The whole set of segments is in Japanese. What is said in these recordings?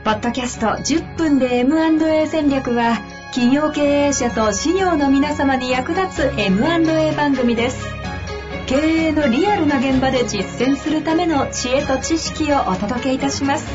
ポッドキャスト10分で M&A 戦略は、企業経営者と事業の皆様に役立つ M&A 番組です。経営のリアルな現場で実践するための知恵と知識をお届けいたします。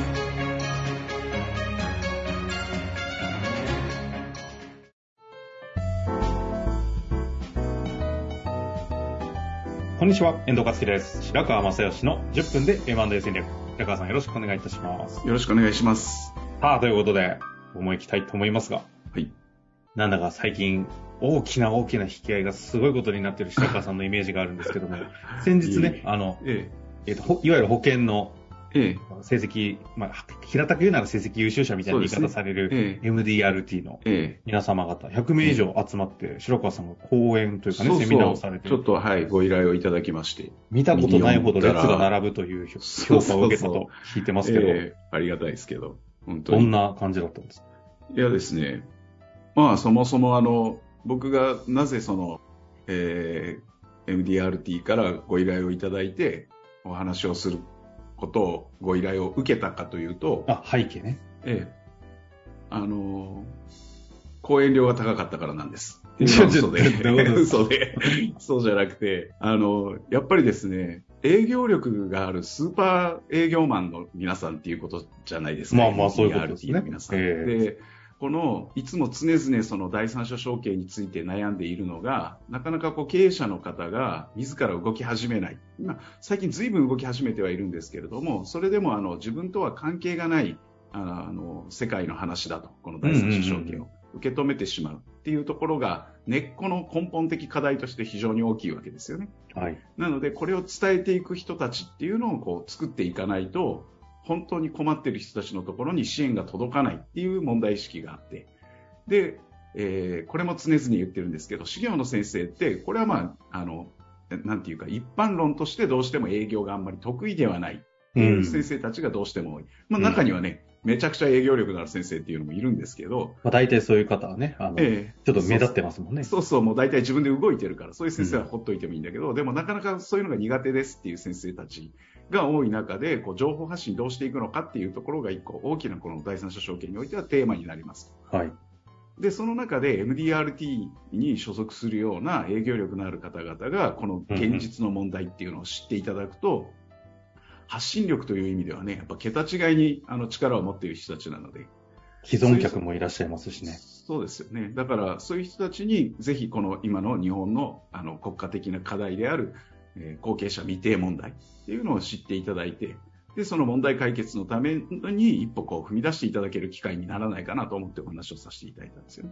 こんにちは、遠藤克樹です。白川正義の10分で M&A 戦略。白川さん、よろしくお願いいたします。 よろしくお願いします。 さあ、ということで、思いきたいと思いますが、 はい。 なんだか最近、大きな引き合いがすごいことになっている白川さんのイメージがあるんですけども、先日ね、いわゆる保険の成績、平たく言うなら成績優秀者みたいな言い方される MDRT の皆様方、100名以上集まって、白川さんが講演というかね、セミナーをされて、 ちょっとご依頼をいただきまして。 見たことないほど列が並ぶという評価を受けたと聞いてますけど、 ありがたいですけど、 本当に。どんな感じだったんですか？ いやですね、そもそも僕がなぜMDRT からご依頼をいただいてお話をすることをご依頼を受けたかというと、 背景ね。 講演料が高かったからなんです。 嘘で。そうじゃなくて、やっぱりですね、営業力があるスーパー営業マンの皆さんっていうことじゃないですか。 そういうことですね。 皆さん。で、いつも常々その第三者承継について悩んでいるのが、なかなか経営者の方が自ら動き始めない。最近随分動き始めてはいるんですけれども、それでも自分とは関係がない世界の話だと、この第三者承継を受け止めてしまうっていうところが根っこの根本的課題として非常に大きいわけですよね。 はい。 なのでこれを伝えていく人たちっていうのを作っていかないと、本当に困っている人たちのところに支援が届かないっていう問題意識があって、で、これも常々言ってるんですけど、事業の先生ってこれはなんていうか一般論としてどうしても営業があんまり得意ではないっていう先生たちがどうしても多い。中にはね、めちゃくちゃ営業力のある先生っていうのもいるんですけど、 大体そういう方はね、ちょっと目立ってますもんね。 もう大体自分で動いてるから、そういう先生はほっといてもいいんだけど、でもなかなかそういうのが苦手ですっていう先生たちが多い中で、情報発信どうしていくのかっていうところが一個大きなこの第三者承継においてはテーマになります。 はい。 で、その中で MDRT に所属するような営業力のある方々がこの現実の問題っていうのを知っていただくと、発信力という意味ではね、やっぱ桁違いに力を持っている人たちなので、 既存客もいらっしゃいますしね。 そうですよね。だからそういう人たちにぜひこの今の日本の国家的な課題である、後継者未定問題っていうのを知っていただいて、でその問題解決のために一歩踏み出していただける機会にならないかなと思ってお話をさせていただいたんですよね。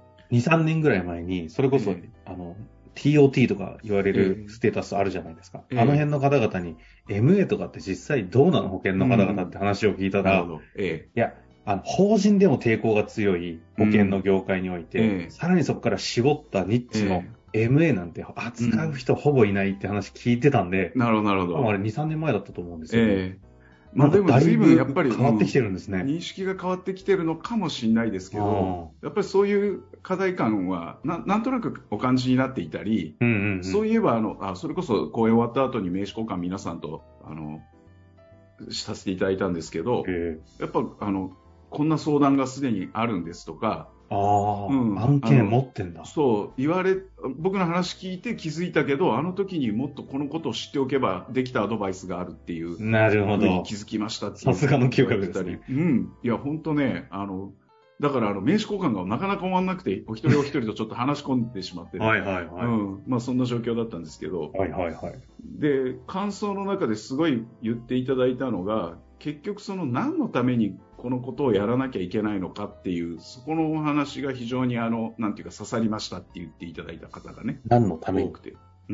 2、3年ぐらい前にそれこそ、TOT とか言われるステータスあるじゃないですか。あの辺の方々に MA とかって実際どうなの保険の方々って話を聞いたら、いや、法人でも抵抗が強い保険の業界において、さらにそこから絞ったニッチの MA なんて扱う人ほぼいないって話聞いてたんで、 なるほど。 あれ2、3年前だったと思うんですよ。 でも随分やっぱり変わってきてるんですね。 認識が変わってきてるのかもしれないですけど、やっぱりそういう課題感はなんとなくお感じになっていたり、そういえばそれこそ講演終わった後に名刺交換皆さんとさせていただいたんですけど、やっぱこんな相談がすでにあるんですとか、 案件持ってんだ。 そう僕の話聞いて気づいたけど、あの時にもっとこのことを知っておけばできたアドバイスがあるっていう。 なるほど。 気づきましたって。 さすがの嗅覚ですね。 いや本当ね、だから名刺交換がなかなか終わんなくて、お一人お一人とちょっと話し込んでしまって、そんな状況だったんですけど、で感想の中ですごい言っていただいたのが、結局何のためにこのことをやらなきゃいけないのかっていう、そこのお話が非常になんていうか刺さりましたって言っていただいた方がね、 何のために多くて、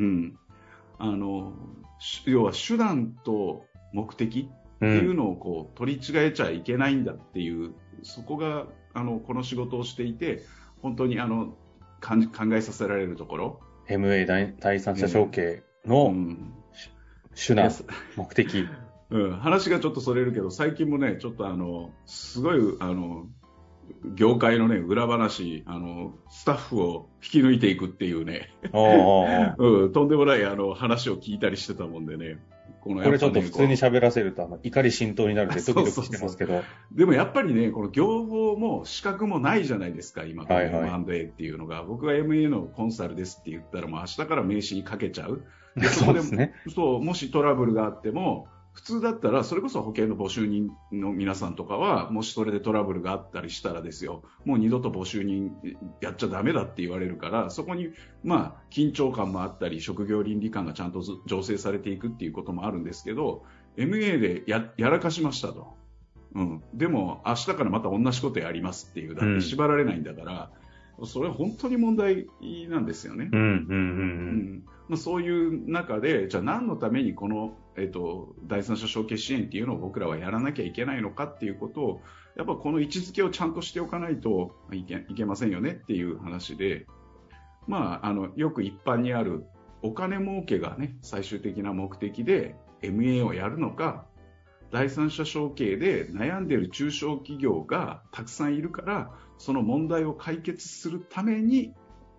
要は手段と目的っていうのを取り違えちゃいけないんだっていう、そこがこの仕事をしていて本当に考えさせられるところ。 MA 第三者承継の手段、目的。 話がちょっとそれるけど、最近もね、ちょっとすごい業界のね裏話、スタッフを引き抜いていくっていうねとんでもない話を聞いたりしてたもんでね、 このこれちょっと普通に喋らせると、怒り浸透になるんでドキドキしてますけど。 でもやっぱりね、この業法も資格もないじゃないですか、今、 はいはい、 M&A っていうのが。僕が MA のコンサルですって言ったら、もう明日から名刺にかけちゃう。 そうですね。 そう、もしトラブルがあっても、普通だったら、それこそ保険の募集人の皆さんとかは、もしそれでトラブルがあったりしたらですよ、もう二度と募集人やっちゃダメだって言われるから、そこに、緊張感もあったり、職業倫理観がちゃんと醸成されていくっていうこともあるんですけど、MA でやらかしましたと。でも、明日からまた同じことやりますっていう、だって縛られないんだから、それは本当に問題なんですよね。そういう中で、じゃあ何のためにこの、第三者承継支援っていうのを僕らはやらなきゃいけないのかっていうことを、やっぱこの位置づけをちゃんとしておかないといけませんよねっていう話で、よく一般にあるお金儲けがね、最終的な目的で MA をやるのか、第三者承継で悩んでいる中小企業がたくさんいるから、その問題を解決するために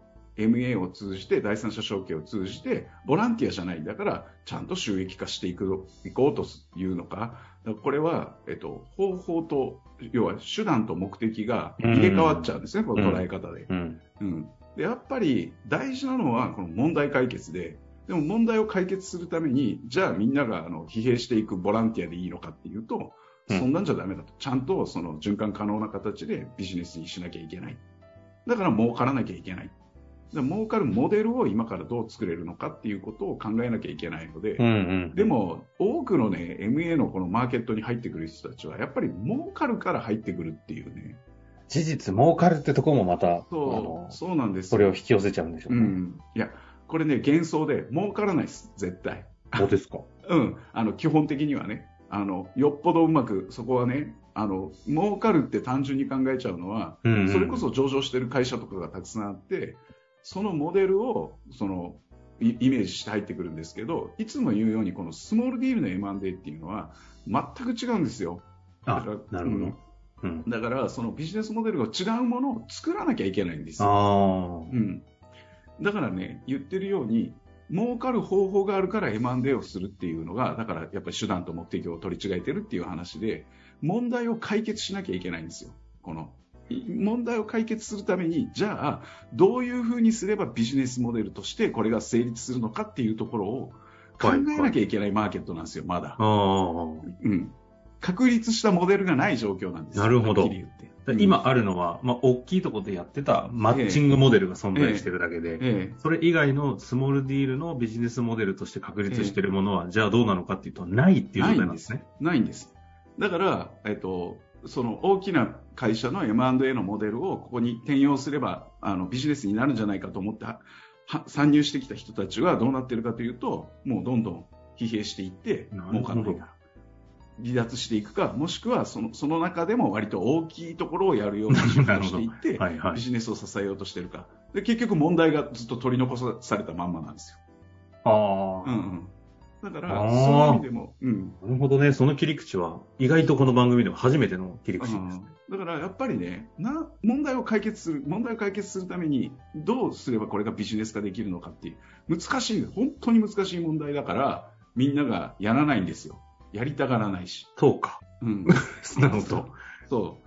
MA を通じて、第三者承継を通じて、ボランティアじゃないんだからちゃんと収益化していこうというのか、これは、方法と、要は手段と目的が入れ替わっちゃうんですね、この捉え方で。でやっぱり大事なのはこの問題解決で、でも問題を解決するために、じゃあみんなが疲弊していくボランティアでいいのかっていうと、そんなんじゃダメだと。ちゃんとその循環可能な形でビジネスにしなきゃいけない。だから儲からなきゃいけない。儲かるモデルを今からどう作れるのかっていうことを考えなきゃいけないので、でも多くのね、MA のこのマーケットに入ってくる人たちはやっぱり儲かるから入ってくるっていうね。 事実儲かるってところもまた、 そうなんです。 それを引き寄せちゃうんでしょうね。 いや、これね、幻想で儲からないです、絶対。 そうですか。 基本的にはね、よっぽどうまく、そこはね、儲かるって単純に考えちゃうのは、それこそ上場してる会社とかがたくさんあって、そのモデルをイメージして入ってくるんですけど、いつも言うようにこのスモールディールの M&A っていうのは全く違うんですよ。 なるほど。 だからそのビジネスモデルが違うものを作らなきゃいけないんですよ。だからね、言ってるように儲かる方法があるから M&A をするっていうのが、だからやっぱり手段と目的を取り違えてるっていう話で、問題を解決しなきゃいけないんですよ。この問題を解決するために、じゃあどういうふうにすればビジネスモデルとしてこれが成立するのかっていうところを考えなきゃいけないマーケットなんですよ、まだ。確立したモデルがない状況なんですよ。 なるほど。今あるのは、大きいところでやってたマッチングモデルが存在してるだけで、それ以外のスモールディールのビジネスモデルとして確立しているものは、じゃあどうなのかっていうと、ないっていう状態なんですね。 ないんです。だから、その大きな会社の M&A のモデルをここに転用すればビジネスになるんじゃないかと思って参入してきた人たちはどうなっているかというと、もうどんどん疲弊していって儲かんないから離脱していくか、もしくはその中でも割と大きいところをやるようにシフトしていってビジネスを支えようとしているかで、結局問題がずっと取り残されたまんまなんですよ。だからそういう意味でも、 なるほどね。その切り口は意外とこの番組では初めての切り口ですね。 だからやっぱりね、問題を解決するためにどうすればこれがビジネス化できるのかっていう本当に難しい問題だからみんながやらないんですよ。やりたがらないし。 そうか。なるほど。 そう。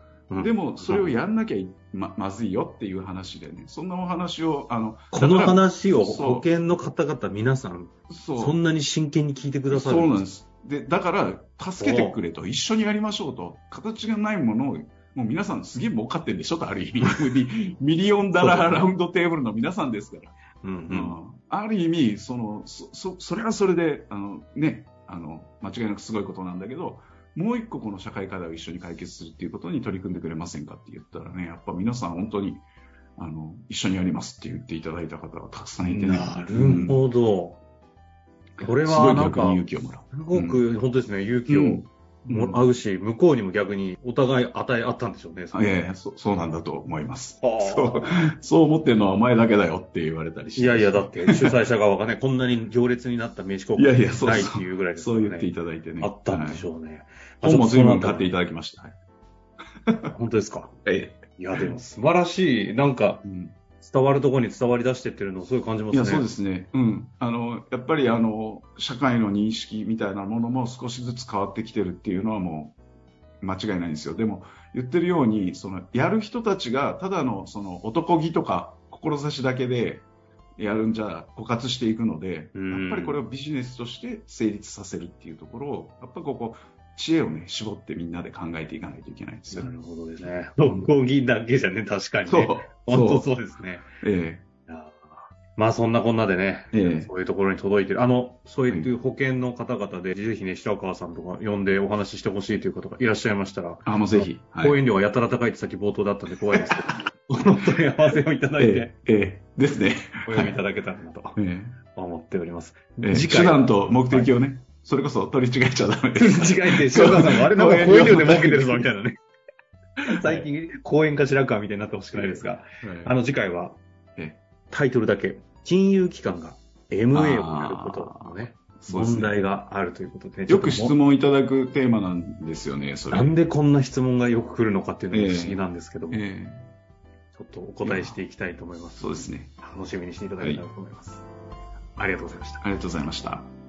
でもそれをやんなきゃまずいよっていう話でね、そんなお話をこの話を保険の方々皆さんそんなに真剣に聞いてくださる。 そうなんです。でだから助けてくれと、一緒にやりましょうと、形がないものをもう皆さんすげえ儲かってるんでしょと、ある意味ミリオンダラーラウンドテーブルの皆さんですから、ある意味それはそれで間違いなくすごいことなんだけど、もう一個この社会課題を一緒に解決するっていうことに取り組んでくれませんかって言ったらね、やっぱ皆さん本当に一緒にやりますって言っていただいた方がたくさんいてね。 なるほど。これはなんか勇気をもらう。 すごく本当ですね、勇気をもらうし、向こうにも逆にお互い与え合ったんでしょうね。 そうなんだと思います。そう思ってるのはお前だけだよって言われたりして。 いやだって主催者側がね、こんなに行列になった名刺交換ないっていうぐらいですからね。そう言っていただいてね。 あったんでしょうね。 本も随分買っていただきました。 本当ですか。いやでも素晴らしい、なんか、 伝わるところに伝わり出してってるのをすごい感じますね。 いや、そうですね。うん。やっぱり社会の認識みたいなものも少しずつ変わってきてるっていうのはもう間違いないんですよ。でも、言ってるように、やる人たちが、ただの、男気とか、志だけでやるんじゃ枯渇していくので、やっぱりこれをビジネスとして成立させるっていうところを、やっぱり知恵をね、絞ってみんなで考えていかないといけないんですよ。 なるほどですね。男気だけじゃね、確かにね。 そう。 本当そうですね。まあそんなこんなでね、そういうところに届いてる。そういう保険の方々で、ぜひね、白川さんとか呼んでお話ししてほしいという方がいらっしゃいましたら、 もうぜひ。 講演料はやたら高いってさっき冒頭だったんで怖いですけど、お問い合わせをいただいて、 ですね。 お読みいただけたらなと思っております。 手段と目的をね、それこそ取り違えちゃダメです。 取り違えて、白川さんもあれなんか講演料で儲けてるぞみたいなね。最近、講演か白川みたいになってほしくないですが、次回は、タイトルだけ、金融機関が MA をやることのね、問題があるということで、 よく質問いただくテーマなんですよね、それ。 なんでこんな質問がよく来るのかっていうのが不思議なんですけども、ちょっとお答えしていきたいと思います。 そうですね。 楽しみにしていただけたらと思います。ありがとうございました。 ありがとうございました。